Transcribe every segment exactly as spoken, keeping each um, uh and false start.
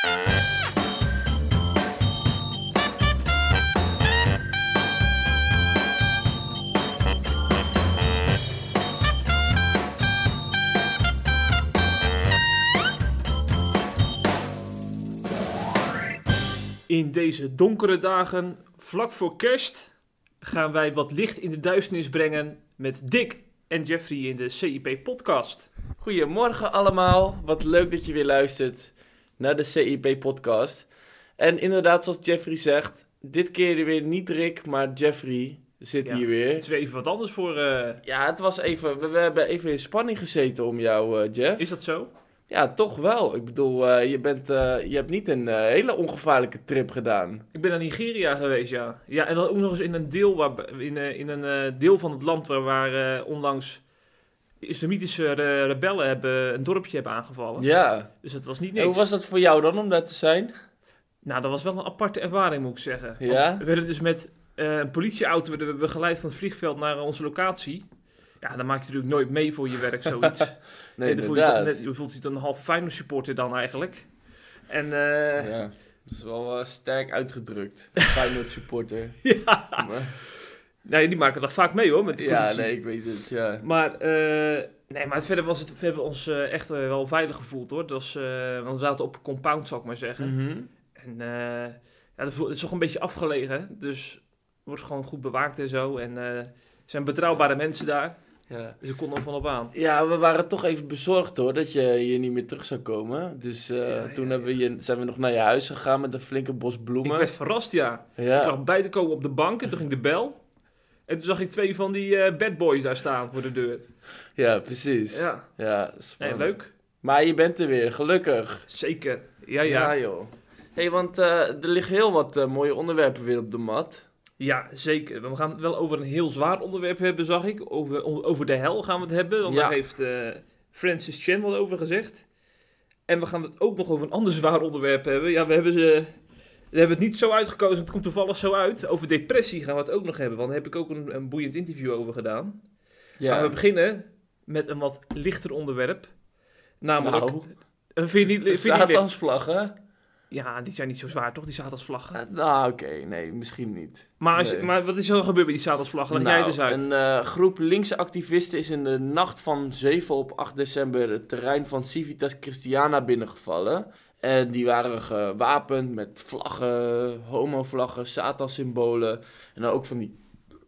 In deze donkere dagen, vlak voor kerst, gaan wij wat licht in de duisternis brengen met Dick en Jeffrey in de C I P-podcast. Goedemorgen allemaal, wat leuk dat je weer luistert naar de C I P-podcast. En inderdaad, zoals Jeffrey zegt, dit keer weer niet Rick, maar Jeffrey zit Ja, hier weer. Het is weer even wat anders voor... Uh... Ja, het was even, we, we hebben even in spanning gezeten om jou, uh, Jeff. Is dat zo? Ja, toch wel. Ik bedoel, uh, je, bent, uh, je hebt niet een uh, hele ongevaarlijke trip gedaan. Ik ben naar Nigeria geweest, ja. Ja, en dan ook nog eens in een deel, waar, in, uh, in een uh, deel van het land waar, waar uh, onlangs islamitische re- rebellen hebben, een dorpje hebben aangevallen. Ja. Dus dat was niet En niks. hoe was dat voor jou dan, om daar te zijn? Nou, dat was wel een aparte ervaring, moet ik zeggen. Ja? Want we werden dus met uh, een politieauto werden we begeleid van het vliegveld naar uh, onze locatie. Ja, dan maak je natuurlijk nooit mee voor je werk, zoiets. nee, nee, dan voel je, inderdaad. toch net, je voelt je dan een half Feyenoord supporter dan eigenlijk. En uh, Ja, dat is wel uh, sterk uitgedrukt. Feyenoord supporter. ja, Maar, nee, die maken dat vaak mee hoor, met de ja, politie. nee, ik weet het, ja. Maar, uh, nee, maar verder was het, we hebben ons uh, echt uh, wel veilig gevoeld hoor. Dat was, uh, want we zaten op een compound, zal ik maar zeggen. Mm-hmm. En uh, ja, het is toch een beetje afgelegen, dus wordt gewoon goed bewaakt en zo. En uh, er zijn betrouwbare mensen daar. Ja. Dus ik kon er van op aan. Ja, we waren toch even bezorgd hoor, dat je hier niet meer terug zou komen. Dus uh, Ja, toen ja, hebben we je, zijn we nog naar je huis gegaan met een flinke bos bloemen. Ik werd verrast, ja. Ik Ja, lag bij te komen op de bank en toen ging de bel. En toen zag ik twee van die uh, bad boys daar staan voor de deur. ja, precies. Ja, Ja, nee, spannend. leuk. Maar je bent er weer, gelukkig. Zeker. Ja, ja. Ja Ja, joh. Hé, hey, want uh, er liggen heel wat uh, mooie onderwerpen weer op de mat. zeker. We gaan het wel over een heel zwaar onderwerp hebben, zag ik. Over, over de hel gaan we het hebben. Want Ja. daar heeft uh, Francis Chan wat over gezegd. En we gaan het ook nog over een ander zwaar onderwerp hebben. Ja, we hebben ze... We hebben het niet zo uitgekozen, het komt toevallig zo uit. Over depressie gaan we het ook nog hebben, want daar heb ik ook een, een boeiend interview over gedaan. Ja. Maar we beginnen met een wat lichter onderwerp. Namelijk... Nou, Uh, vind je niet, vind je niet licht? Satansvlaggen? Ja, die zijn niet zo zwaar, toch? Die Satansvlaggen. Uh, nou, oké, okay, nee, misschien niet. Maar, als je- Nee. maar wat is er dan gebeurd met die Satansvlaggen? Leg jij het eens uit. Een uh, groep linkse activisten is in de nacht van zeven op acht december het terrein van Civitas Christiana binnengevallen. En die waren gewapend met vlaggen, homovlaggen, Satansymbolen. En dan ook van die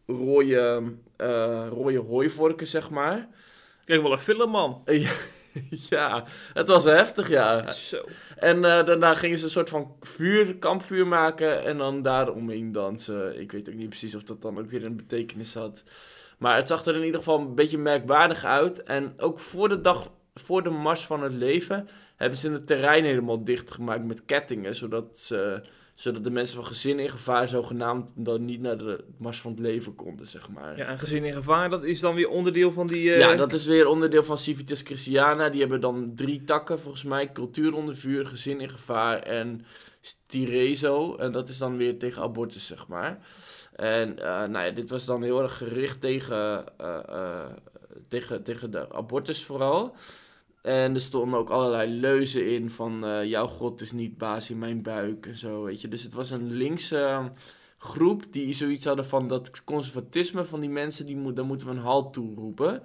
rode, uh, rode hooivorken, zeg maar. Kijk, wel een film, man. Uh, ja, het was heftig, ja. Zo. En uh, daarna gingen ze een soort van vuur, kampvuur maken en dan daar omheen dansen. Ik weet ook niet precies of dat dan ook weer een betekenis had. Maar het zag er in ieder geval een beetje merkwaardig uit. En ook voor de dag, voor de Mars van het Leven, hebben ze het terrein helemaal dichtgemaakt met kettingen. Zodat, ze, zodat de mensen van gezin in gevaar zogenaamd dan niet naar de Mars van het Leven konden, zeg maar. Ja, en gezin in gevaar, dat is dan weer onderdeel van die... uh, Ja, dat is weer onderdeel van Civitas Christiana. Die hebben dan drie takken volgens mij. Cultuur onder vuur, gezin in gevaar en Stirezo. En dat is dan weer tegen abortus, zeg maar. En uh, nou ja, dit was dan heel erg gericht tegen, uh, uh, tegen, tegen de abortus vooral. En er stonden ook allerlei leuzen in van uh, jouw God is niet baas in mijn buik en zo, weet je. Dus het was een linkse uh, groep die zoiets hadden van dat conservatisme van die mensen, die moet, daar moeten we een halt toe roepen.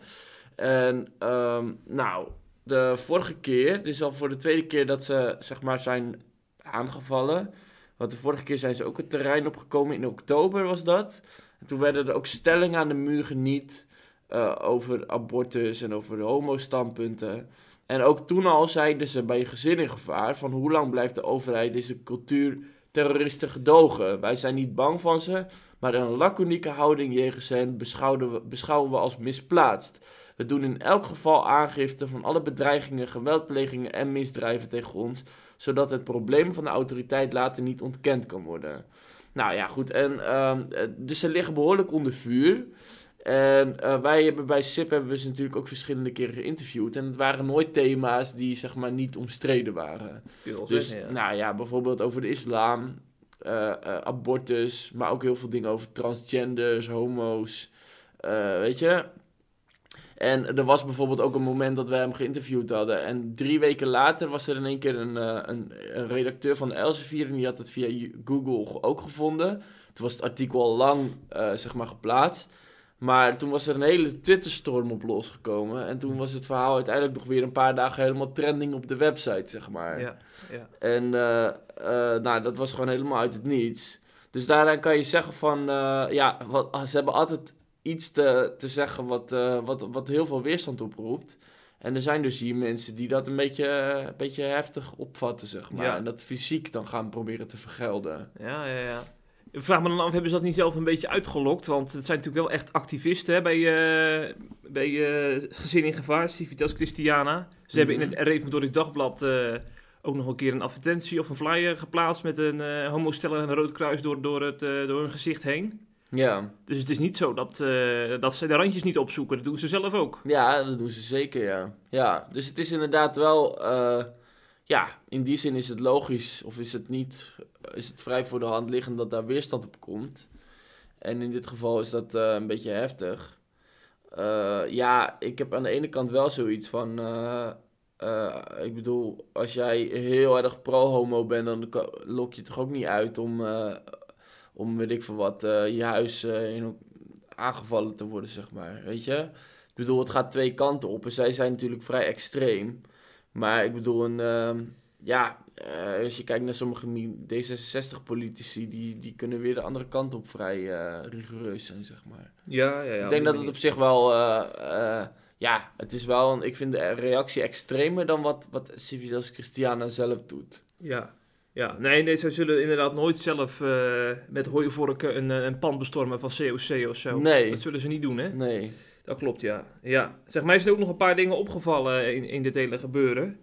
En um, nou, de vorige keer, dit is al voor de tweede keer dat ze zeg maar zijn aangevallen. Want de vorige keer zijn ze ook het terrein opgekomen, in oktober was dat. En toen werden er ook stellingen aan de muur geniet uh, over abortus en over homo-standpunten. En ook toen al zeiden ze bij gezin in gevaar van hoe lang blijft de overheid deze cultuurterroristen gedogen. Wij zijn niet bang van ze, maar een laconieke houding jegens hen beschouwen we, beschouwen we als misplaatst. We doen in elk geval aangifte van alle bedreigingen, geweldplegingen en misdrijven tegen ons, zodat het probleem van de autoriteit later niet ontkend kan worden. Nou ja, goed. En, uh, dus ze liggen behoorlijk onder vuur. En uh, wij hebben bij S I P hebben we ze natuurlijk ook verschillende keren geïnterviewd. En het waren nooit thema's die zeg maar niet omstreden waren. Dus zeggen, ja. nou ja, bijvoorbeeld over de islam, uh, uh, abortus, maar ook heel veel dingen over transgenders, homo's, uh, weet je. En er was bijvoorbeeld ook een moment dat we hem geïnterviewd hadden. En drie weken later was er in één keer een, uh, een, een redacteur van Elsevier. En die had het via Google ook gevonden. Toen was het artikel al lang uh, zeg maar geplaatst. Maar toen was er een hele Twitterstorm op losgekomen. En toen was het verhaal uiteindelijk nog weer een paar dagen helemaal trending op de website, zeg maar. Ja, ja. En uh, uh, nou, dat was gewoon helemaal uit het niets. Dus daaraan kan je zeggen van... Uh, ja, wat, ze hebben altijd iets te, te zeggen wat, uh, wat, wat heel veel weerstand oproept. En er zijn dus hier mensen die dat een beetje, een beetje heftig opvatten, zeg maar. Ja. En dat fysiek dan gaan proberen te vergelden. Ja, ja, ja. Ik vraag me dan af, hebben ze dat niet zelf een beetje uitgelokt? Want het zijn natuurlijk wel echt activisten hè, bij, uh, bij uh, Gezin in Gevaar, Civitas Christiana. Ze mm-hmm. hebben in het Reformatorisch Dagblad uh, ook nog een keer een advertentie of een flyer geplaatst met een uh, homosteller en een rood kruis door, door, het, uh, door hun gezicht heen. Ja. Dus het is niet zo dat, uh, dat ze de randjes niet opzoeken, dat doen ze zelf ook. Ja, dat doen ze zeker, ja. Ja, dus het is inderdaad wel... Uh... Ja, in die zin is het logisch, of is het niet, is het vrij voor de hand liggend dat daar weerstand op komt. En in dit geval is dat uh, een beetje heftig. Uh, ja, ik heb aan de ene kant wel zoiets van, uh, uh, ik bedoel, als jij heel erg pro-homo bent, dan lok je toch ook niet uit om, uh, om weet ik veel wat, uh, je huis uh, in, aangevallen te worden, zeg maar, weet je. Ik bedoel, het gaat twee kanten op en zij zijn natuurlijk vrij extreem. Maar ik bedoel, een, uh, ja, uh, als je kijkt naar sommige D zesenzestig-politici, die, die kunnen weer de andere kant op vrij uh, rigoureus zijn, zeg maar. Ja, ja, ja. Ik denk dat het op zich wel, uh, uh, ja, het is wel, een, ik vind de reactie extremer dan wat, wat Civitas Christiana zelf doet. Ja, ja. Nee, nee, zij zullen inderdaad nooit zelf uh, met hooivorken een, een pand bestormen van C O C of zo. Nee. Dat zullen ze niet doen, hè? Nee. Dat klopt, ja. ja. Zeg, mij zijn ook nog een paar dingen opgevallen in, in dit hele gebeuren.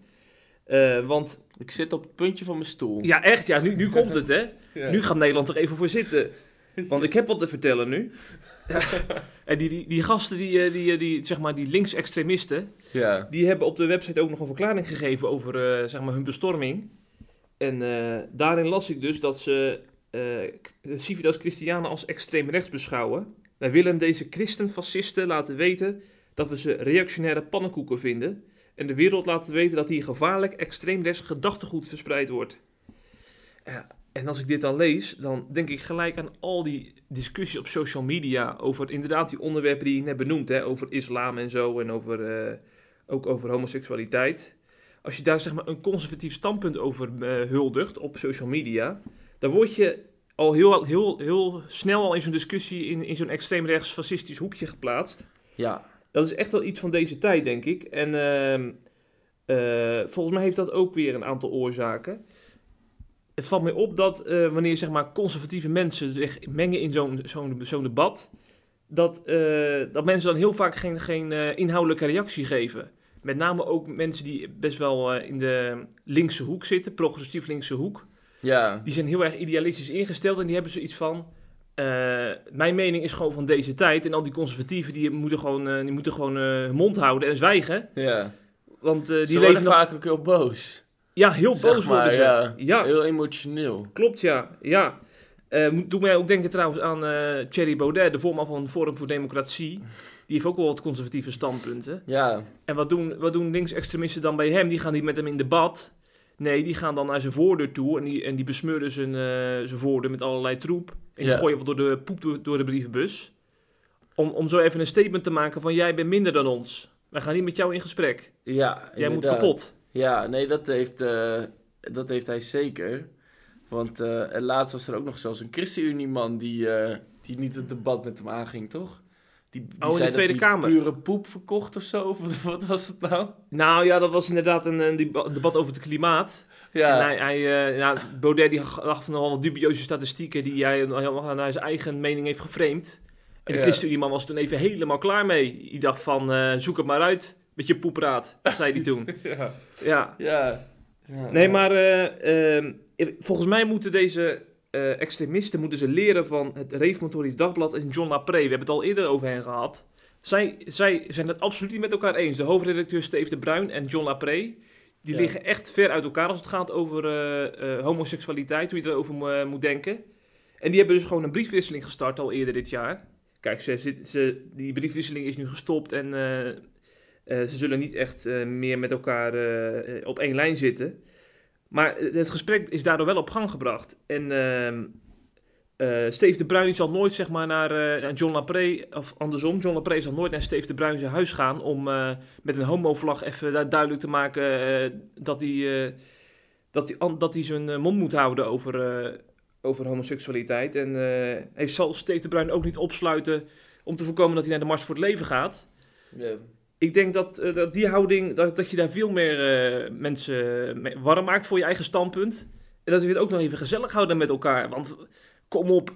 Uh, want... Ik zit op het puntje van mijn stoel. Ja, echt, ja. Nu, nu komt het, hè. Ja. Nu gaat Nederland er even voor zitten. Want ik heb wat te vertellen nu. En die, die, die gasten, die, die, die, zeg maar, die linksextremisten... Ja. Die hebben op de website ook nog een verklaring gegeven over uh, zeg maar hun bestorming. En uh, daarin las ik dus dat ze uh, Civitas Christiana als extreem rechts beschouwen... Wij willen deze christenfascisten laten weten dat we ze reactionaire pannenkoeken vinden en de wereld laten weten dat hier gevaarlijk extreemrechts gedachtegoed verspreid wordt. Ja, en als ik dit dan lees, dan denk ik gelijk aan al die discussies op social media over inderdaad die onderwerpen die je net benoemd, hè, over islam en zo en over, uh, ook over homoseksualiteit. Als je daar zeg maar een conservatief standpunt over uh, huldigt op social media, dan word je al heel, heel, heel snel al in zo'n discussie in, in zo'n extreemrechts fascistisch hoekje geplaatst. Ja. Dat is echt wel iets van deze tijd, denk ik. En uh, uh, volgens mij heeft dat ook weer een aantal oorzaken. Het valt mij op dat uh, wanneer zeg maar conservatieve mensen zich mengen in zo'n, zo'n, zo'n debat, dat, uh, dat mensen dan heel vaak geen, geen uh, inhoudelijke reactie geven. Met name ook mensen die best wel uh, in de linkse hoek zitten, progressief linkse hoek. Ja. Die zijn heel erg idealistisch ingesteld en die hebben zoiets van... Uh, mijn mening is gewoon van deze tijd. En al die conservatieven die moeten gewoon, uh, die moeten gewoon uh, hun mond houden en zwijgen. Ja. Want uh, die ze leven worden nog... vaak ook heel boos. Ja, heel zeg boos maar, worden ze. Ja. Ja. Heel emotioneel. Klopt, ja. ja. Uh, doe mij ook denken trouwens aan uh, Thierry Baudet, de voorman van Forum voor Democratie. Die heeft ook wel wat conservatieve standpunten. Ja. En wat doen, wat doen linksextremisten dan bij hem? Die gaan niet met hem in debat... Nee, die gaan dan naar zijn voordeur toe en die, en die besmeuren zijn, uh, zijn voordeur met allerlei troep. En die ja. gooien wat door de poep door, door de brievenbus. Om, om zo even een statement te maken van jij bent minder dan ons. Wij gaan niet met jou in gesprek. Ja, jij moet kapot. Ja, nee, dat heeft, uh, dat heeft hij zeker. Want uh, laatst was er ook nog zelfs een ChristenUnie-man die, uh, die niet het debat met hem aanging, toch? Die, die oh, in de Tweede dat Kamer. Pure poep verkocht of zo? Of wat was het nou? Nou ja, dat was inderdaad een, een debat over het klimaat. Ja. En hij, hij, uh, ja, Baudet die gaf nogal wat dubieuze statistieken die hij naar zijn eigen mening heeft geframed. En de ja. ChristenUnie-man was toen even helemaal klaar mee. Die dacht van, uh, zoek het maar uit met je poepraad, zei hij toen. ja. Ja. ja. ja. Nee, maar uh, uh, volgens mij moeten deze... Uh, extremisten moeten ze leren van het Reformatorisch Dagblad en John Lapre. We hebben het al eerder over hen gehad. Zij, zij zijn het absoluut niet met elkaar eens. De hoofdredacteur Steve de Bruin en John Lapre, die ja. liggen echt ver uit elkaar als het gaat over uh, uh, homoseksualiteit, hoe je erover uh, moet denken. En die hebben dus gewoon een briefwisseling gestart al eerder dit jaar. kijk, ze, ze, ze, die briefwisseling is nu gestopt en uh, uh, ze zullen niet echt uh, meer met elkaar uh, op één lijn zitten. Maar het gesprek is daardoor wel op gang gebracht. En uh, uh, Steve de Bruyn zal nooit zeg maar, naar, uh, naar John Lapré, of andersom, John Lapré zal nooit naar Steve de Bruyn zijn huis gaan om uh, met een homovlag even daar duidelijk te maken uh, dat hij uh, dat hij, dat hij zijn uh, mond moet houden over, uh, over homoseksualiteit. En uh, hij zal Steve de Bruyn ook niet opsluiten om te voorkomen dat hij naar de Mars voor het Leven gaat. Ja. Ik denk dat, uh, dat die houding, dat, dat je daar veel meer uh, mensen mee warm maakt voor je eigen standpunt. En dat je het ook nog even gezellig houden met elkaar. Want kom op,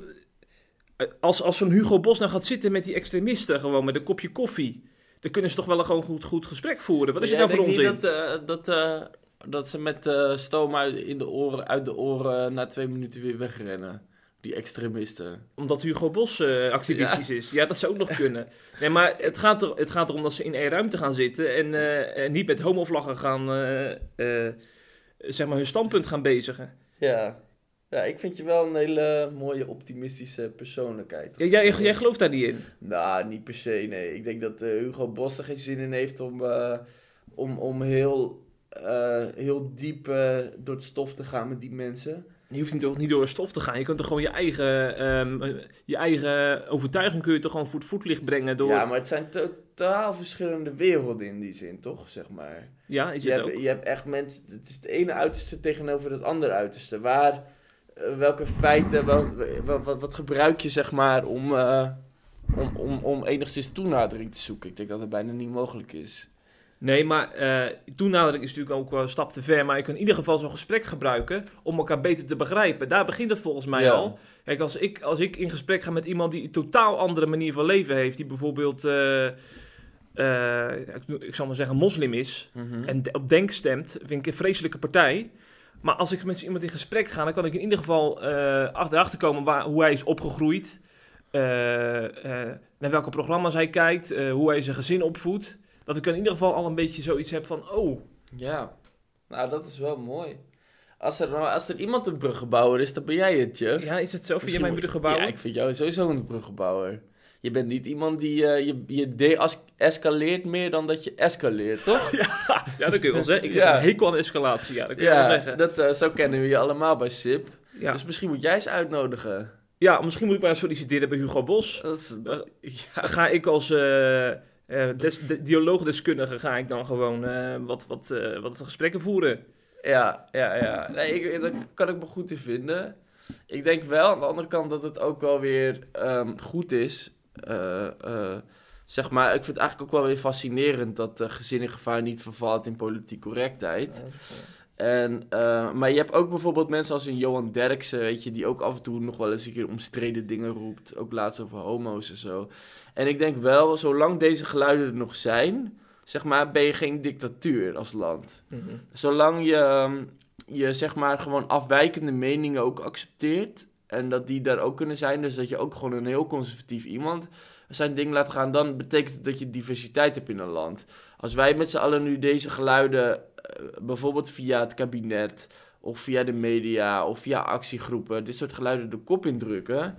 als, als zo'n Hugo Bos nou gaat zitten met die extremisten, gewoon met een kopje koffie, dan kunnen ze toch wel een gewoon goed, goed gesprek voeren. Wat is het nou voor onzin? Ik denk niet dat, uh, dat, uh, dat ze met uh, stoom uit, in de oren, uit de oren na twee minuten weer wegrennen. Die extremisten. Omdat Hugo Bos uh, activistisch ja. is. Ja, dat zou ook nog kunnen. Nee, maar het gaat, er, het gaat erom dat ze in één ruimte gaan zitten en uh, niet met homovlaggen gaan, uh, uh, zeg maar, hun standpunt gaan bezigen. Ja. Ja, ik vind je wel een hele mooie optimistische persoonlijkheid. Ja, jij, jij gelooft daar niet in? Nou, niet per se, nee. Ik denk dat uh, Hugo Bos er geen zin in heeft om, uh, om, om heel, uh, heel diep uh, door het stof te gaan met die mensen. Je hoeft niet door, niet door het stof te gaan. Je kunt toch gewoon je eigen, um, je eigen overtuiging kun je toch gewoon voor het voetlicht brengen door... Ja, maar het zijn totaal verschillende werelden in die zin, toch? Zeg maar. Ja, is je, het hebt, ook. je hebt echt mensen... Het is het ene uiterste tegenover het andere uiterste. Waar, uh, welke feiten, wel, wat, wat, wat gebruik je, zeg maar, om, uh, om, om, om enigszins toenadering te zoeken? Ik denk dat het bijna niet mogelijk is. Nee, maar uh, toenadering is natuurlijk ook wel een stap te ver. Maar je kunt in ieder geval zo'n gesprek gebruiken om elkaar beter te begrijpen. Daar begint het volgens mij ja. al. Kijk, als ik, als ik in gesprek ga met iemand die een totaal andere manier van leven heeft. Die bijvoorbeeld, uh, uh, ik, ik zal maar zeggen, moslim is. Mm-hmm. En de, op Denk stemt, vind ik een vreselijke partij. Maar als ik met iemand in gesprek ga, dan kan ik in ieder geval uh, erachter komen waar, hoe hij is opgegroeid. Uh, uh, naar welke programma's hij kijkt. Uh, hoe hij zijn gezin opvoedt. Dat ik in ieder geval al een beetje zoiets heb van, oh. Ja, nou dat is wel mooi. Als er, als er iemand een bruggenbouwer is, dan ben jij het, Jeff. Ja, is het zo? Vind je mijn bruggenbouwer? Ja, ik vind jou sowieso een bruggenbouwer. Je bent niet iemand die, uh, je, je de-escaleert meer dan dat je escaleert, toch? ja, ja, dat kun je wel zeggen. Ik ja. heb een hekel aan escalatie, ja, dat kun je ja, wel zeggen. Dat, uh, zo kennen we je allemaal bij S I P. Ja. Dus misschien moet jij eens uitnodigen. Ja, misschien moet ik maar solliciteren bij Hugo Bos. Dat is, dat, ja. Dan ga ik als... Uh, Uh, des, de, dialoogdeskundige ga ik dan gewoon uh, wat, wat, uh, wat gesprekken voeren. Ja, ja, ja. Nee, ik, daar kan ik me goed in vinden. Ik denk wel aan de andere kant dat het ook wel weer um, goed is. Uh, uh, zeg maar, ik vind het eigenlijk ook wel weer fascinerend dat uh, Gezin in Gevaar niet vervalt in politiek correctheid. Ja, en, uh, maar je hebt ook bijvoorbeeld mensen als een Johan Derksen, weet je, die ook af en toe nog wel eens een keer omstreden dingen roept. Ook laatst over homo's en zo. En ik denk wel, zolang deze geluiden er nog zijn, zeg maar, ben je geen dictatuur als land. Mm-hmm. Zolang je, je, zeg maar, gewoon afwijkende meningen ook accepteert en dat die daar ook kunnen zijn, dus dat je ook gewoon een heel conservatief iemand zijn ding laat gaan, dan betekent het dat je diversiteit hebt in een land. Als wij met z'n allen nu deze geluiden, bijvoorbeeld via het kabinet, of via de media, of via actiegroepen, dit soort geluiden de kop indrukken,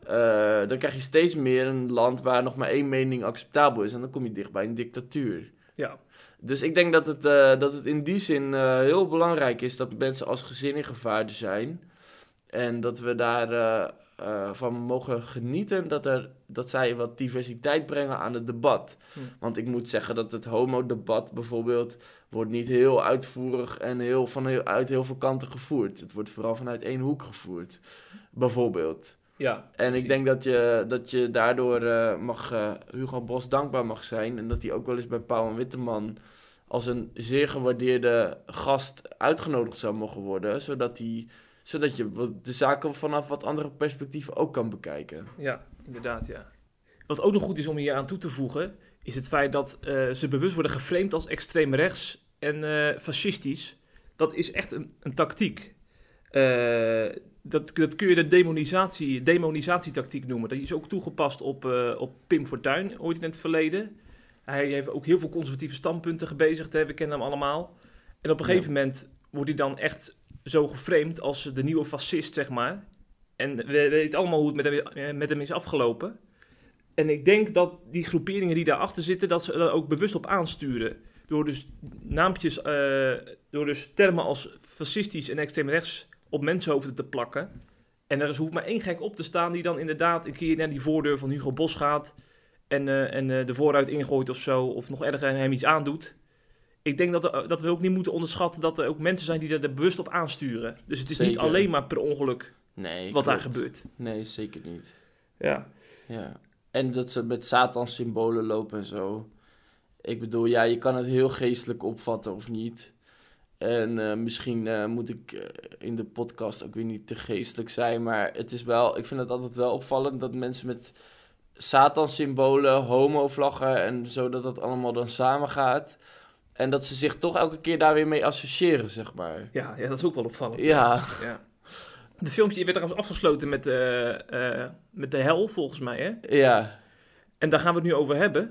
uh, dan krijg je steeds meer een land waar nog maar één mening acceptabel is. En dan kom je dicht bij een dictatuur. Ja. Dus ik denk dat het, uh, dat het in die zin uh, heel belangrijk is dat mensen als gezin in gevaar zijn. En dat we daar uh, uh, van mogen genieten dat, er, dat zij wat diversiteit brengen aan het debat. Hm. Want ik moet zeggen dat het homodebat bijvoorbeeld wordt niet heel uitvoerig en heel, van heel, uit heel veel kanten gevoerd. Het wordt vooral vanuit één hoek gevoerd, bijvoorbeeld. Ja, en precies. Ik denk dat je, dat je daardoor uh, mag, uh, Hugo Bos dankbaar mag zijn. En dat hij ook wel eens bij Pauw en Witteman als een zeer gewaardeerde gast uitgenodigd zou mogen worden. Zodat, hij, zodat je de zaken vanaf wat andere perspectieven ook kan bekijken. Ja, inderdaad, ja. Wat ook nog goed is om hier aan toe te voegen, is het feit dat uh, ze bewust worden geframed als extreem rechts en uh, fascistisch. Dat is echt een, een tactiek. Uh, dat, dat kun je de demonisatie, demonisatietactiek noemen. Dat is ook toegepast op, uh, op Pim Fortuyn, ooit in het verleden. Hij heeft ook heel veel conservatieve standpunten gebezigd, hè? We kennen hem allemaal. En op een gegeven ja. moment wordt hij dan echt zo geframed als de nieuwe fascist, zeg maar. En we weten allemaal hoe het met hem, met hem is afgelopen. En ik denk dat die groeperingen die daarachter zitten, dat ze er ook bewust op aansturen. Door dus naampjes, uh, door dus termen als fascistisch en extreem rechts op mensenhoofden te plakken. En er is, hoeft maar één gek op te staan die dan inderdaad een keer naar die voordeur van Hugo Boss gaat. En, uh, en uh, de vooruit ingooit of zo, of nog erger hem iets aandoet. Ik denk dat, er, dat we ook niet moeten onderschatten dat er ook mensen zijn die er bewust op aansturen. Dus het is Zeker. niet alleen maar per ongeluk nee, wat klopt. daar gebeurt. Nee, zeker niet. Ja. ja. En dat ze met Satans symbolen lopen en zo. Ik bedoel, ja, je kan het heel geestelijk opvatten of niet. En uh, misschien uh, moet ik uh, in de podcast ook weer niet te geestelijk zijn. Maar het is wel, ik vind het altijd wel opvallend dat mensen met Satans symbolen, homo-vlaggen en zo, dat dat allemaal dan samengaat. En dat ze zich toch elke keer daar weer mee associëren, zeg maar. Ja, ja dat is ook wel opvallend. Ja. ja. De filmpje werd trouwens afgesloten met, uh, uh, met de hel, volgens mij, hè? Ja. En daar gaan we het nu over hebben.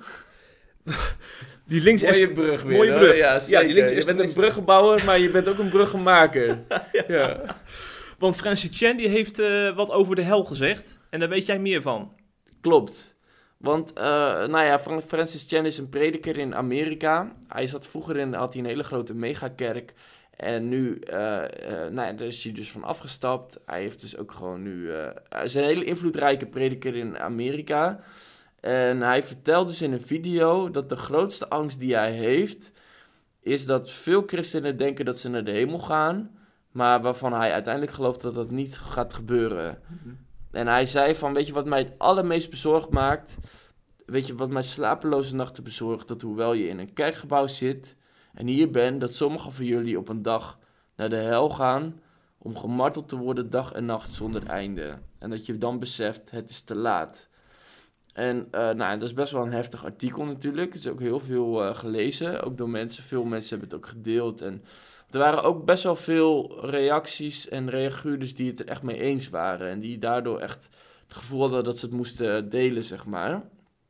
Die links mooie brug weer. Mooie brug. Ja, ja, die links je bent een bruggenbouwer, maar je bent ook een bruggenmaker. ja. ja. Want Francis Chan die heeft uh, wat over de hel gezegd. En daar weet jij meer van. Klopt. Want, uh, nou ja, Francis Chan is een prediker in Amerika. Hij zat vroeger in, had hij een hele grote megakerk. En nu, uh, uh, nou ja, daar is hij dus van afgestapt. Hij heeft dus ook gewoon nu, uh, hij is een hele invloedrijke prediker in Amerika. En hij vertelt dus in een video dat de grootste angst die hij heeft, is dat veel christenen denken dat ze naar de hemel gaan, maar waarvan hij uiteindelijk gelooft dat dat niet gaat gebeuren. Mm-hmm. En hij zei van, weet je wat mij het allermeest bezorgd maakt? Weet je wat mij slapeloze nachten bezorgt? Dat hoewel je in een kerkgebouw zit en hier bent, dat sommigen van jullie op een dag naar de hel gaan om gemarteld te worden dag en nacht zonder einde. En dat je dan beseft, het is te laat. En uh, nou, dat is best wel een heftig artikel natuurlijk. Het is ook heel veel uh, gelezen, ook door mensen. Veel mensen hebben het ook gedeeld. En er waren ook best wel veel reacties en reaguurders die het er echt mee eens waren. En die daardoor echt het gevoel hadden dat ze het moesten delen, zeg maar.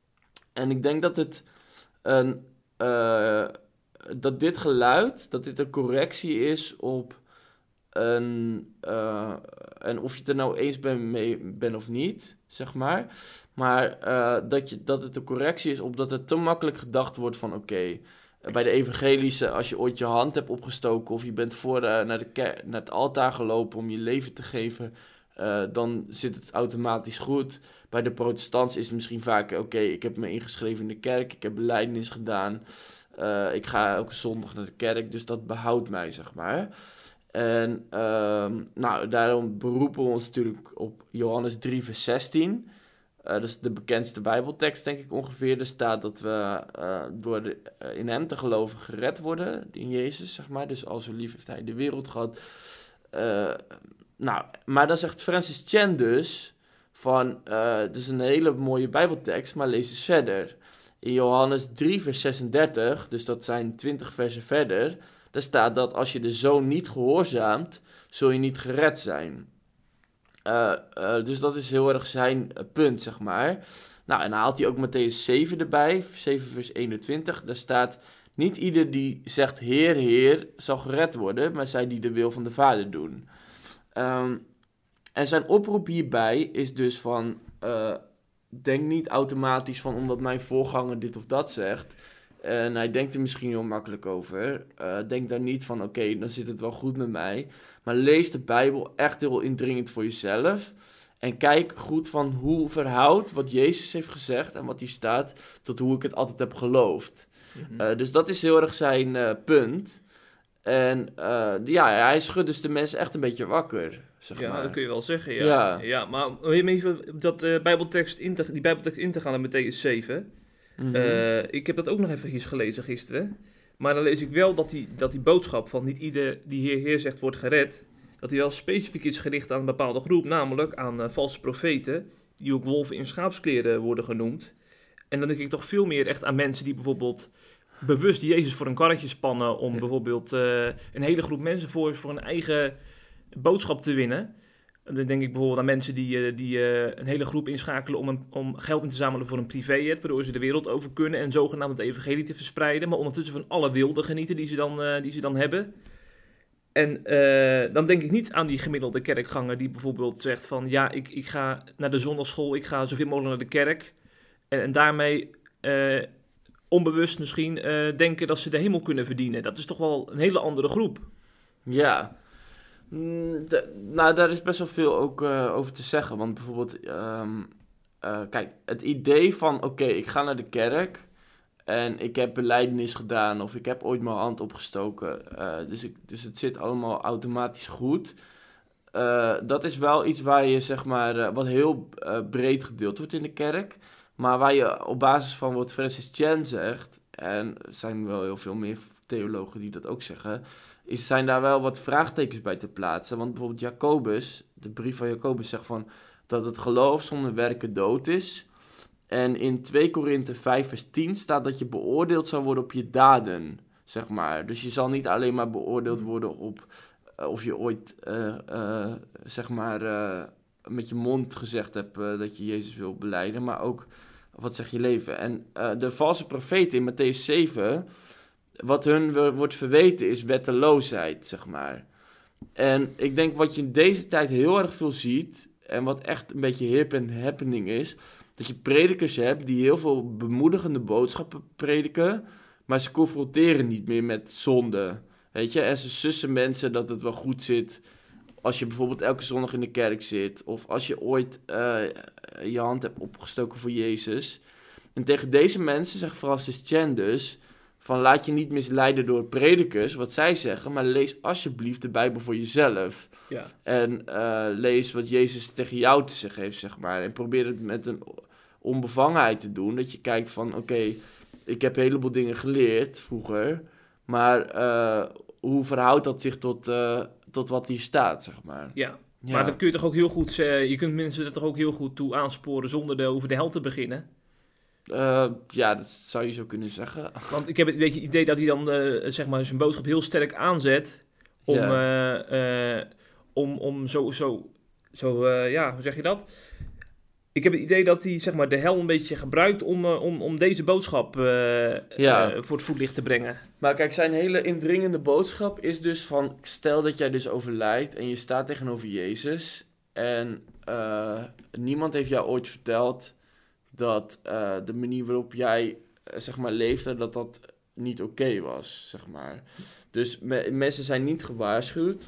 En ik denk dat het een, uh, dat dit geluid, dat dit een correctie is op een, uh, en of je het er nou eens ben mee bent of niet, zeg maar. Maar uh, dat, je, dat het een correctie is op dat het te makkelijk gedacht wordt van oké, okay, bij de evangelische, als je ooit je hand hebt opgestoken of je bent voor uh, naar, de ker- naar het altaar gelopen om je leven te geven, uh, dan zit het automatisch goed. Bij de protestants is het misschien vaak, oké, okay, ik heb me ingeschreven in de kerk, ik heb belijdenis gedaan, uh, ik ga elke zondag naar de kerk, dus dat behoudt mij, zeg maar. En uh, nou, daarom beroepen we ons natuurlijk op Johannes drie vers zestien. Uh, dat is de bekendste bijbeltekst, denk ik ongeveer. Er staat dat we uh, door de, uh, in hem te geloven gered worden, in Jezus, zeg maar. Dus al zo lief heeft hij de wereld gehad. Uh, nou, maar dan zegt Francis Chan dus van, uh, het is een hele mooie bijbeltekst, maar lees eens verder. In Johannes drie vers zesendertig, dus dat zijn twintig versen verder, daar staat dat als je de zoon niet gehoorzaamt, zul je niet gered zijn. Uh, uh, dus dat is heel erg zijn uh, punt, zeg maar. Nou, en dan haalt hij ook Mattheüs zeven erbij, zeven vers eenentwintig. Daar staat, niet ieder die zegt Heer, Heer, zal gered worden, maar zij die de wil van de Vader doen. Um, en zijn oproep hierbij is dus van, uh, denk niet automatisch van, omdat mijn voorganger dit of dat zegt. En hij denkt er misschien heel makkelijk over. Uh, denk daar niet van, oké, okay, dan zit het wel goed met mij. Maar lees de Bijbel echt heel indringend voor jezelf. En kijk goed van hoe verhoudt wat Jezus heeft gezegd en wat hier staat tot hoe ik het altijd heb geloofd. Mm-hmm. Uh, dus dat is heel erg zijn uh, punt. En uh, ja, hij schudt dus de mensen echt een beetje wakker, zeg ja, maar. Dat kun je wel zeggen, ja. Ja, ja maar om even dat, uh, bijbeltekst in te, die bijbeltekst in te gaan in Mattheüs zeven... Mm-hmm. Uh, ik heb dat ook nog even gelezen gisteren. Maar dan lees ik wel dat die, dat die boodschap van niet ieder die Heer Heer zegt wordt gered, dat die wel specifiek is gericht aan een bepaalde groep, namelijk aan uh, valse profeten, die ook wolven in schaapskleren worden genoemd. En dan denk ik toch veel meer echt aan mensen die bijvoorbeeld bewust Jezus voor een karretje spannen om ja. bijvoorbeeld uh, een hele groep mensen voor, voor een eigen boodschap te winnen. Dan denk ik bijvoorbeeld aan mensen die, die uh, een hele groep inschakelen om, een, om geld in te zamelen voor een privéjet, waardoor ze de wereld over kunnen en zogenaamd het evangelie te verspreiden, maar ondertussen van alle wilden genieten die ze dan, uh, die ze dan hebben. En uh, dan denk ik niet aan die gemiddelde kerkganger die bijvoorbeeld zegt van ja, ik, ik ga naar de zondagschool, ik ga zoveel mogelijk naar de kerk En, en daarmee uh, onbewust misschien uh, denken dat ze de hemel kunnen verdienen. Dat is toch wel een hele andere groep. Ja, mm, de, nou daar is best wel veel ook uh, over te zeggen. Want bijvoorbeeld, um, uh, kijk, het idee van oké, okay, ik ga naar de kerk en ik heb belijdenis gedaan of ik heb ooit mijn hand opgestoken. Uh, dus, ik, dus het zit allemaal automatisch goed. Uh, dat is wel iets waar je, zeg maar, uh, wat heel uh, breed gedeeld wordt in de kerk. Maar waar je op basis van wat Francis Chan zegt, en er zijn wel heel veel meer theologen die dat ook zeggen, is, zijn daar wel wat vraagtekens bij te plaatsen. Want bijvoorbeeld Jacobus, de brief van Jacobus zegt van dat het geloof zonder werken dood is. En in twee Korinthe vijf vers tien staat dat je beoordeeld zal worden op je daden, zeg maar. Dus je zal niet alleen maar beoordeeld worden op uh, of je ooit, uh, uh, zeg maar, uh, met je mond gezegd hebt uh, dat je Jezus wil belijden, maar ook wat zeg je leven. En uh, de valse profeten in Mattheüs zeven, wat hun w- wordt verweten is wetteloosheid, zeg maar. En ik denk wat je in deze tijd heel erg veel ziet, en wat echt een beetje hip en happening is, dat je predikers hebt die heel veel bemoedigende boodschappen prediken, maar ze confronteren niet meer met zonde. Weet je, en ze sussen mensen dat het wel goed zit als je bijvoorbeeld elke zondag in de kerk zit, of als je ooit uh, je hand hebt opgestoken voor Jezus. En tegen deze mensen zegt Francis Chan dus van laat je niet misleiden door predikers, wat zij zeggen, maar lees alsjeblieft de Bijbel voor jezelf. Ja. En uh, lees wat Jezus tegen jou te zeggen heeft, zeg maar. En probeer het met een onbevangenheid te doen, dat je kijkt van oké, okay, ik heb een heleboel dingen geleerd vroeger, maar uh, hoe verhoudt dat zich tot, uh, tot wat hier staat, zeg maar. Ja. Ja. Maar dat kun je toch ook heel goed, uh, je kunt mensen er toch ook heel goed toe aansporen zonder de, over de hel te beginnen? Uh, ja, dat zou je zo kunnen zeggen. Want ik heb het weet je, idee dat hij dan uh, zeg maar zijn boodschap heel sterk aanzet om, ja. uh, uh, om, om zo, zo, zo uh, ja, hoe zeg je dat? Ik heb het idee dat hij zeg maar, de hel een beetje gebruikt om, uh, om, om deze boodschap uh, ja. uh, voor het voetlicht te brengen. Maar kijk, zijn hele indringende boodschap is dus van, stel dat jij dus overlijdt en je staat tegenover Jezus en uh, niemand heeft jou ooit verteld dat uh, de manier waarop jij uh, zeg maar leefde, dat dat niet oké okay was, zeg maar. Dus me- mensen zijn niet gewaarschuwd.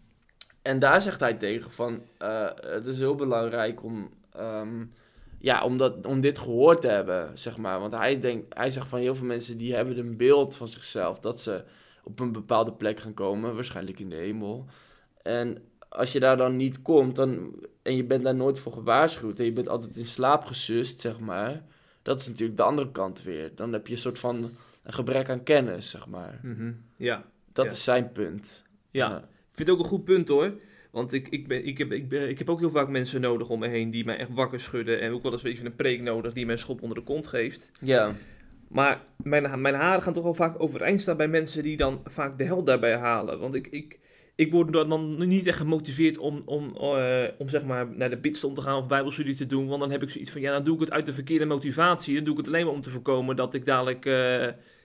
En daar zegt hij tegen van, uh, het is heel belangrijk om, um, ja, om, dat, om dit gehoord te hebben, zeg maar. Want hij, denkt, hij zegt van heel veel mensen die hebben een beeld van zichzelf, dat ze op een bepaalde plek gaan komen, waarschijnlijk in de hemel. En als je daar dan niet komt, dan, en je bent daar nooit voor gewaarschuwd en je bent altijd in slaap gesust, zeg maar, dat is natuurlijk de andere kant weer. Dan heb je een soort van een gebrek aan kennis, zeg maar. Mm-hmm. Ja. Dat ja. is zijn punt. Ja. ja, ik vind het ook een goed punt hoor. Want ik, ik, ben, ik, heb, ik, ben, ik heb ook heel vaak mensen nodig om me heen die mij echt wakker schudden. En ook wel eens even een preek nodig die mij een schop onder de kont geeft. Ja. Maar mijn, mijn haren gaan toch wel vaak overeind staan bij mensen die dan vaak de hel daarbij halen. Want ik, ik, ik word dan niet echt gemotiveerd om, om, uh, om zeg maar naar de bidstond te gaan of bijbelstudie te doen. Want dan heb ik zoiets van, ja, dan doe ik het uit de verkeerde motivatie. Dan doe ik het alleen maar om te voorkomen dat ik dadelijk uh,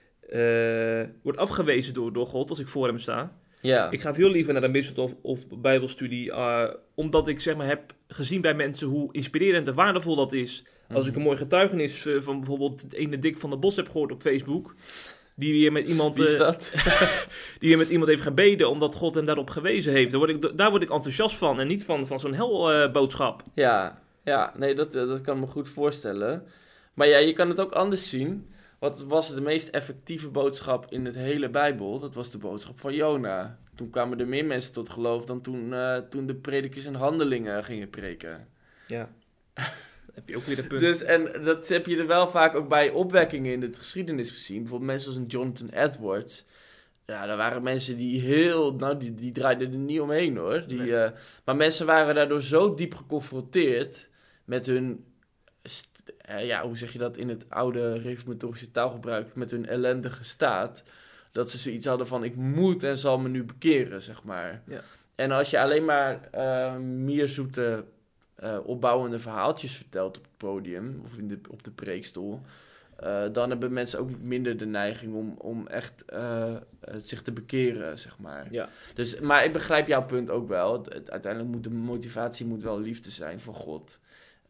uh, word afgewezen door, door God als ik voor hem sta. Ja. Ik ga veel liever naar de bidstond of, of bijbelstudie, uh, omdat ik zeg maar heb gezien bij mensen hoe inspirerend en waardevol dat is. Als mm-hmm. ik een mooi getuigenis uh, van bijvoorbeeld het ene Dick van der Bos heb gehoord op Facebook, die weer met iemand, Wie is dat? Uh, die weer met iemand heeft gebeden omdat God hem daarop gewezen heeft. Daar word ik, daar word ik enthousiast van en niet van, van zo'n helboodschap. Uh, ja, ja, nee, dat, dat kan me goed voorstellen. Maar ja, je kan het ook anders zien. Wat was de meest effectieve boodschap in het hele Bijbel? Dat was de boodschap van Jona. Toen kwamen er meer mensen tot geloof dan toen, uh, toen de predikers in Handelingen gingen preken. Ja. Heb je ook weer een punt. Dus, en dat heb je er wel vaak ook bij opwekkingen in de geschiedenis gezien. Bijvoorbeeld mensen als een Jonathan Edwards. Ja, daar waren mensen die heel... Nou, die, die draaiden er niet omheen, hoor. Die, nee. uh, maar mensen waren daardoor zo diep geconfronteerd met hun... St- uh, ja, hoe zeg je dat in het oude reformatorische taalgebruik? Met hun ellendige staat. Dat ze zoiets hadden van, ik moet en zal me nu bekeren, zeg maar. Ja. En als je alleen maar uh, meer zoete... Uh, opbouwende verhaaltjes vertelt op het podium of in de, op de preekstoel, uh, dan hebben mensen ook minder de neiging om, om echt uh, uh, zich te bekeren, zeg maar. Ja. Dus, maar ik begrijp jouw punt ook wel. Het, uiteindelijk moet de motivatie moet wel liefde zijn voor God.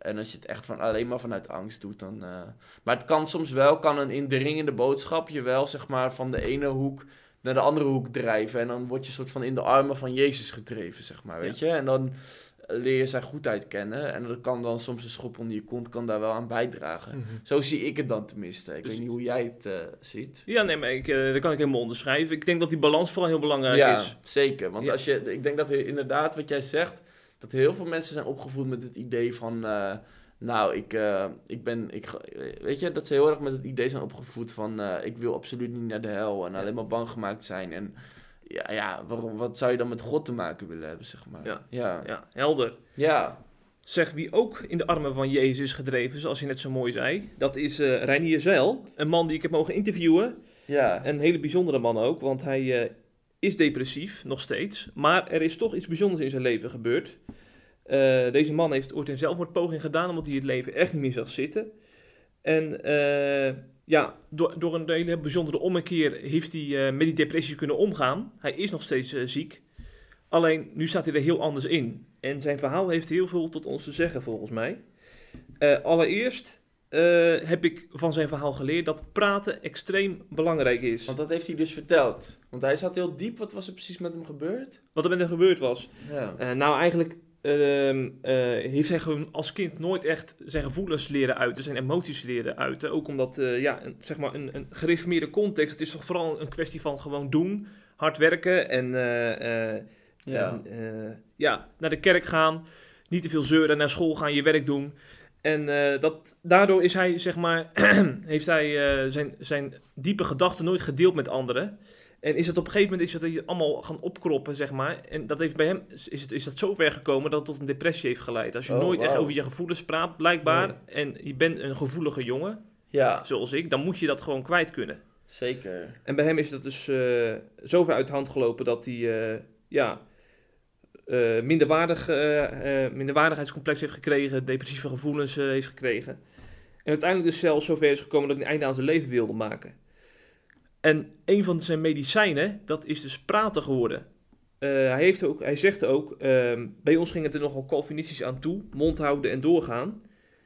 En als je het echt van, alleen maar vanuit angst doet, dan... Uh... Maar het kan soms wel, kan een indringende boodschap je wel, zeg maar, van de ene hoek naar de andere hoek drijven. En dan word je soort van in de armen van Jezus gedreven, zeg maar, weet ja. je. En dan leer je zijn goedheid kennen. En dat kan dan soms een schop onder je kont, kan daar wel aan bijdragen. Mm-hmm. Zo zie ik het dan tenminste. Ik dus... weet niet hoe jij het uh, ziet. Ja, nee, maar ik, uh, dat kan ik helemaal onderschrijven. Ik denk dat die balans vooral heel belangrijk ja, is. Zeker. Want ja. als je, ik denk dat er inderdaad, wat jij zegt, dat heel veel mensen zijn opgevoed met het idee van... Uh, nou, ik, uh, ik ben... Ik, weet je, dat ze heel erg met het idee zijn opgevoed van... Uh, ik wil absoluut niet naar de hel en ja. alleen maar bang gemaakt zijn. En ja, ja waarom, wat zou je dan met God te maken willen hebben, zeg maar? Ja, ja. ja helder. Ja. Zeg, wie ook in de armen van Jezus is gedreven, zoals je net zo mooi zei... dat is uh, Reinier Zeil, een man die ik heb mogen interviewen. Ja. Een hele bijzondere man ook, want hij uh, is depressief, nog steeds. Maar er is toch iets bijzonders in zijn leven gebeurd... Uh, deze man heeft ooit een zelfmoordpoging gedaan, omdat hij het leven echt niet meer zag zitten. En uh, ja, door, door een hele bijzondere ommekeer heeft hij uh, met die depressie kunnen omgaan. Hij is nog steeds uh, ziek. Alleen, nu staat hij er heel anders in. En zijn verhaal heeft heel veel tot ons te zeggen, volgens mij. Uh, allereerst uh, heb ik van zijn verhaal geleerd dat praten extreem belangrijk is. Want dat heeft hij dus verteld. Want hij zat heel diep. Wat was er precies met hem gebeurd? Wat er met hem gebeurd was? Ja. Uh, nou, eigenlijk... Uh, uh, heeft hij gewoon als kind nooit echt zijn gevoelens leren uiten, zijn emoties leren uiten. Ook omdat, uh, ja, een, zeg maar een, een gereformeerde context, het is toch vooral een kwestie van gewoon doen, hard werken en, uh, uh, ja. en uh, ja, naar de kerk gaan, niet te veel zeuren, naar school gaan, je werk doen. En uh, dat, daardoor is hij, zeg maar, heeft hij uh, zijn, zijn diepe gedachten nooit gedeeld met anderen. En is het op een gegeven moment is het hier allemaal gaan opkroppen, zeg maar. En dat heeft bij hem is, het, is dat zo ver gekomen dat het tot een depressie heeft geleid. Als je oh, nooit wow. echt over je gevoelens praat, blijkbaar, nee. en je bent een gevoelige jongen, ja. zoals ik, dan moet je dat gewoon kwijt kunnen. Zeker. En bij hem is dat dus uh, zo ver uit de hand gelopen dat hij, uh, ja, uh, minderwaardig, uh, uh, minderwaardigheidscomplex heeft gekregen, depressieve gevoelens uh, heeft gekregen. En uiteindelijk dus zelfs zover is gekomen dat hij een einde aan zijn leven wilde maken. En een van zijn medicijnen, dat is dus praten geworden. Uh, hij, heeft ook, hij zegt ook, uh, bij ons ging het er nogal Calvinistisch aan toe, mond houden en doorgaan.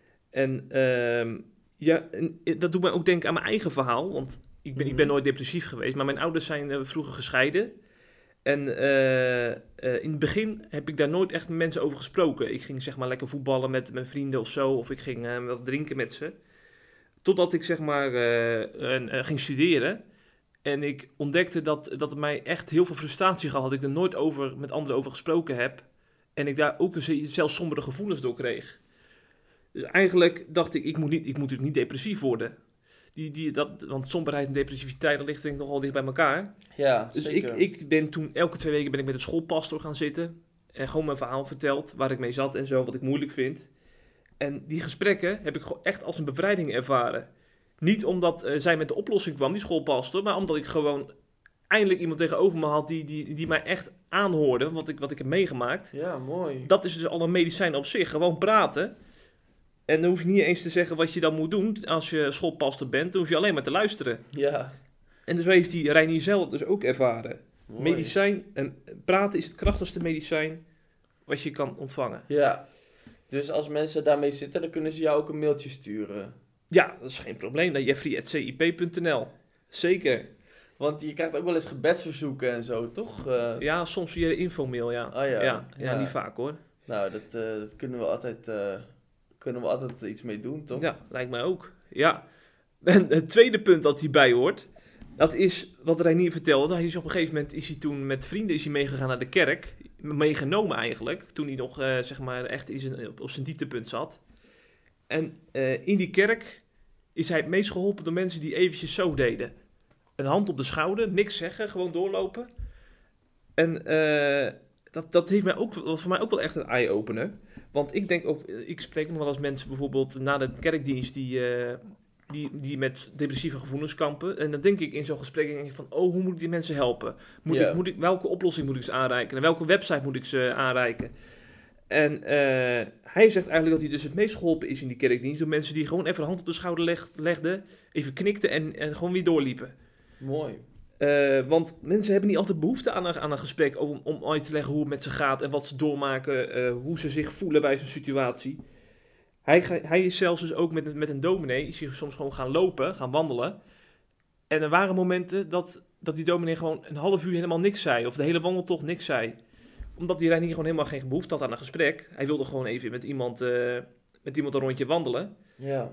En uh, ja, en dat doet mij ook denken aan mijn eigen verhaal, want ik ben, mm-hmm. ik ben nooit depressief geweest, maar mijn ouders zijn uh, vroeger gescheiden. En uh, uh, in het begin heb ik daar nooit echt met mensen over gesproken. Ik ging zeg maar lekker voetballen met mijn vrienden of zo, of ik ging uh, wat drinken met ze. Totdat ik zeg maar uh, uh, uh, ging studeren. En ik ontdekte dat, dat het mij echt heel veel frustratie gehad. Dat ik er nooit over, met anderen over gesproken heb. En ik daar ook zelfs sombere gevoelens door kreeg. Dus eigenlijk dacht ik, ik moet, niet, ik moet natuurlijk niet depressief worden. Die, die, dat, want somberheid en depressiviteit, dat ligt denk ik nogal dicht bij elkaar. Ja, dus zeker. ik, ik ben toen, elke twee weken ben ik met een schoolpastor gaan zitten. En gewoon mijn verhaal verteld, waar ik mee zat en zo, wat ik moeilijk vind. En die gesprekken heb ik gewoon echt als een bevrijding ervaren. Niet omdat uh, zij met de oplossing kwam, die schoolpastor, maar omdat ik gewoon eindelijk iemand tegenover me had die, die, die mij echt aanhoorde, wat ik, wat ik heb meegemaakt. Ja, mooi. Dat is dus al een medicijn op zich, gewoon praten. En dan hoef je niet eens te zeggen wat je dan moet doen als je schoolpastor bent, dan hoef je alleen maar te luisteren. Ja. En dus heeft die Reinier Zeil dus ook ervaren. Mooi. Medicijn, en praten is het krachtigste medicijn wat je kan ontvangen. Ja, dus als mensen daarmee zitten, dan kunnen ze jou ook een mailtje sturen. Ja, dat is geen probleem. Naar jeffrey at c i p punt n l. Zeker. Want je krijgt ook wel eens gebedsverzoeken en zo, toch? Uh... Ja, soms via de infomail, ja. Oh, ja. Ja, ja, ja. niet vaak hoor. Nou, dat, uh, dat kunnen we altijd, uh, kunnen we altijd iets mee doen, toch? Ja, lijkt mij ook. Ja. En het tweede punt dat hierbij hoort, dat is wat Reinier vertelde. Hij is op een gegeven moment is hij toen met vrienden is hij meegegaan naar de kerk. Meegenomen eigenlijk, toen hij nog uh, zeg maar echt in zijn, op zijn dieptepunt zat. En uh, in die kerk is hij het meest geholpen door mensen die eventjes zo deden. Een hand op de schouder, niks zeggen, gewoon doorlopen. En uh, dat, dat heeft mij ook, was voor mij ook wel echt een eye-opener. Want ik denk ook, ik spreek nog wel eens mensen bijvoorbeeld na de kerkdienst die, uh, die, die met depressieve gevoelens kampen. En dan denk ik in zo'n gesprek denk ik van, oh, hoe moet ik die mensen helpen? Moet yeah. ik, moet ik, welke oplossing moet ik ze aanreiken? En welke website moet ik ze aanreiken? En uh, hij zegt eigenlijk dat hij dus het meest geholpen is in die kerkdienst door mensen die gewoon even de hand op de schouder leg, legden, even knikten en, en gewoon weer doorliepen. Mooi. Uh, want mensen hebben niet altijd behoefte aan een, aan een gesprek om, om uit te leggen hoe het met ze gaat en wat ze doormaken, uh, hoe ze zich voelen bij zo'n situatie. Hij, ga- hij is zelfs dus ook met, een- met een dominee, is hij soms gewoon gaan lopen, gaan wandelen. En er waren momenten dat, dat die dominee gewoon een half uur helemaal niks zei. Of de hele wandeltocht niks zei. Omdat die Reinier gewoon helemaal geen behoefte had aan een gesprek. Hij wilde gewoon even met iemand, eh, met iemand een rondje wandelen. Ja.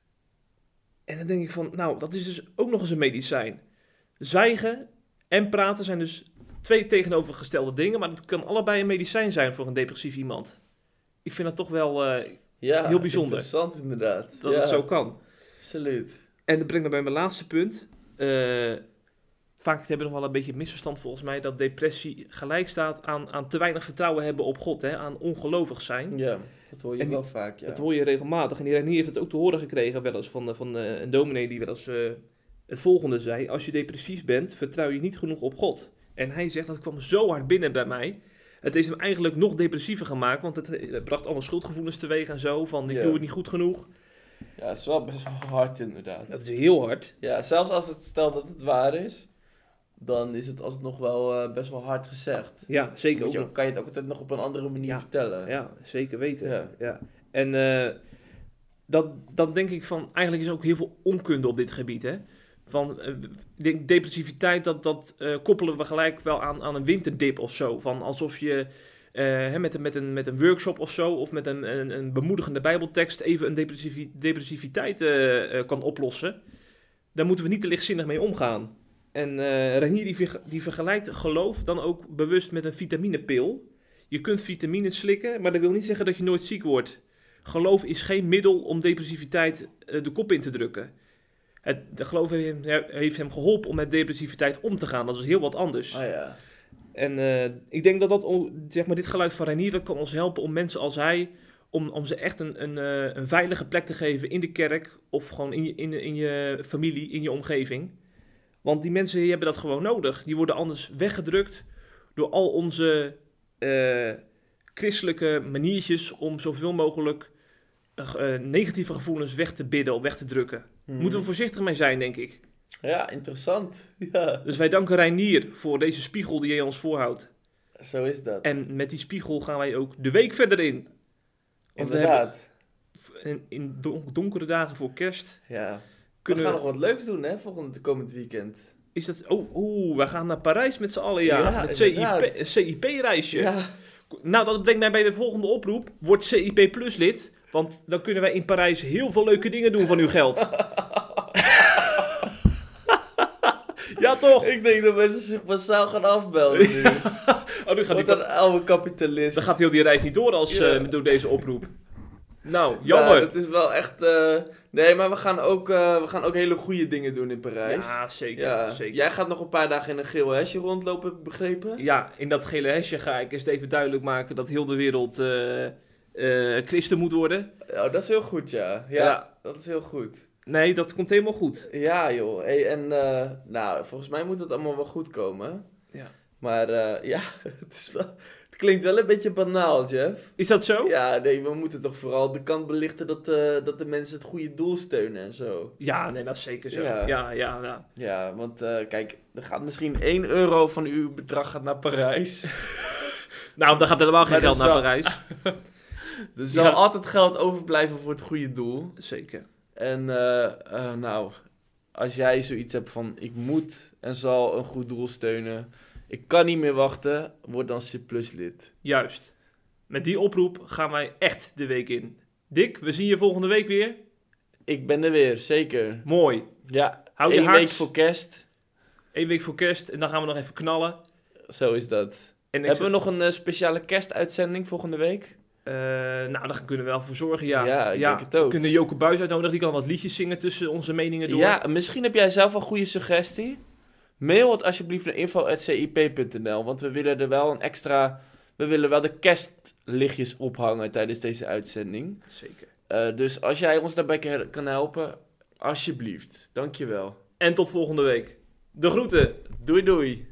En dan denk ik van, nou, dat is dus ook nog eens een medicijn. Zwijgen en praten zijn dus twee tegenovergestelde dingen. Maar dat kan allebei een medicijn zijn voor een depressief iemand. Ik vind dat toch wel eh, Ja, heel bijzonder. Interessant inderdaad. dat ja, het zo kan. Absoluut. En dat brengt me bij mijn laatste punt. Eh, vaak hebben we nog wel een beetje misverstand volgens mij dat depressie gelijk staat aan, aan te weinig vertrouwen hebben op God. Hè? Aan ongelovig zijn. Ja, dat hoor je En die- wel vaak, ja. Dat hoor je regelmatig. En die Reinier heeft het ook te horen gekregen wel eens van, eh, van eh, een dominee die wel eens eh, het volgende zei. Als je depressief bent, vertrouw je niet genoeg op God. En hij zegt, dat kwam zo hard binnen bij mij. Het heeft hem eigenlijk nog depressiever gemaakt, want het eh, bracht allemaal schuldgevoelens teweeg en zo. Van, ik Ja. doe het niet goed genoeg. Ja, het is wel best wel hard inderdaad. Dat is heel hard. Ja, zelfs als het stelt dat het waar is, dan is het alsnog wel eh, best wel hard gezegd. Ja, zeker Moet ook je, nog. kan je het ook altijd nog op een andere manier Ja. vertellen. Ja, zeker weten. Ja. Ja. En eh, dat, dat denk ik van, eigenlijk is ook heel veel onkunde op dit gebied. Hè? Van eh, de- depressiviteit, dat, dat eh, koppelen we gelijk wel aan, aan een winterdip of zo. Van alsof je eh, hè, met, een, met, een, met een workshop of zo, of met een, een, een bemoedigende bijbeltekst even een depressivi- depressiviteit eh, eh, kan oplossen. Daar moeten we niet te lichtzinnig mee omgaan. En eh Reinier die, verge- die vergelijkt geloof dan ook bewust met een vitaminepil. Je kunt vitamines slikken, maar dat wil niet zeggen dat je nooit ziek wordt. Geloof is geen middel om depressiviteit eh, de kop in te drukken. Het, de geloof heeft hem, heeft hem geholpen om met depressiviteit om te gaan. Dat is heel wat anders. Oh ja. En eh, ik denk dat, dat on- zeg maar, dit geluid van Reinier dat kan ons helpen om mensen als hij, om, om ze echt een, een, eh, een veilige plek te geven in de kerk of gewoon in je, in, in je familie, in je omgeving. Want die mensen die hebben dat gewoon nodig. Die worden anders weggedrukt door al onze eh, christelijke maniertjes om zoveel mogelijk eh, eh, negatieve gevoelens weg te bidden of weg te drukken. Mhm. Moeten we voorzichtig mee zijn, denk ik. Ja, interessant. Ja, Dus wij danken Reinier voor deze spiegel die hij ons voorhoudt. zo is dat. En met die spiegel gaan wij ook de week verder in. Want we Inderdaad. hebben in, in don- donkere dagen voor kerst Ja. kunnen We gaan nog wat leuks doen, hè, volgend komend weekend. Is dat... Oh, oeh, we gaan naar Parijs met z'n allen, ja. Ja, het inderdaad. C I P-reisje. Ja. Nou, dat brengt mij bij de volgende oproep. Word C I P Plus lid. Want dan kunnen wij in Parijs heel veel leuke dingen doen van uw geld. Ja, toch? Ik denk dat mensen zich massaal gaan afbelden nu. Oh, nu gaat die, Wat een oude kapitalist. dan gaat heel die reis niet door als, Ja. eh, door deze oproep. Nou, jammer. Ja, het is wel echt... eh, Nee, maar we gaan, ook, eh, we gaan ook hele goede dingen doen in Parijs. Ja, zeker. Ja. zeker. Jij gaat nog een paar dagen in een geel hesje rondlopen, heb ik begrepen? Ja, in dat gele hesje ga ik eens even duidelijk maken dat heel de wereld eh, eh, christen moet worden. Oh, dat is heel goed, ja. Ja, Ja. dat is heel goed. Nee, dat komt helemaal goed. Ja, joh. Hey, en eh, nou, volgens mij moet het allemaal wel goed komen. Ja. Maar eh, ja, het, is wel, het klinkt wel een beetje banaal, Jeff. Is dat zo? Ja, nee, we moeten toch vooral de kant belichten dat, eh, dat de mensen het goede doel steunen en zo. Ja, nee, dat is zeker zo. Ja. Ja, ja, ja. Ja, want eh, kijk, er gaat misschien één euro van uw bedrag gaat naar Parijs. Nou, dan gaat helemaal geen Maar dat geld naar zal- Parijs. Er zal Ja. altijd geld overblijven voor het goede doel. Zeker. En eh, eh, nou, als jij zoiets hebt van ik moet en zal een goed doel steunen, ik kan niet meer wachten, word dan C plus lid. Juist. Met die oproep gaan wij echt de week in. Dick, we zien je volgende week weer. Ik ben er weer, zeker. Mooi. Ja, Hou je één hart. week voor kerst. Eén week voor kerst en dan gaan we nog even knallen. Zo is dat. En ik Hebben we nog een eh, speciale kerstuitzending volgende week? Eh, nou, daar kunnen we wel voor zorgen, ja. Ja, ik denk het ook. We kunnen Joke Buijs uitnodigen, die kan wat liedjes zingen tussen onze meningen door. Ja, misschien heb jij zelf een goede suggestie. Mail het alsjeblieft naar info at c i p punt n l, want we willen er wel een extra... We willen wel de kerstlichtjes ophangen tijdens deze uitzending. Zeker. Uh, dus als jij ons daarbij kan- kan helpen, alsjeblieft. Dankjewel. En tot volgende week. De groeten. Doei doei.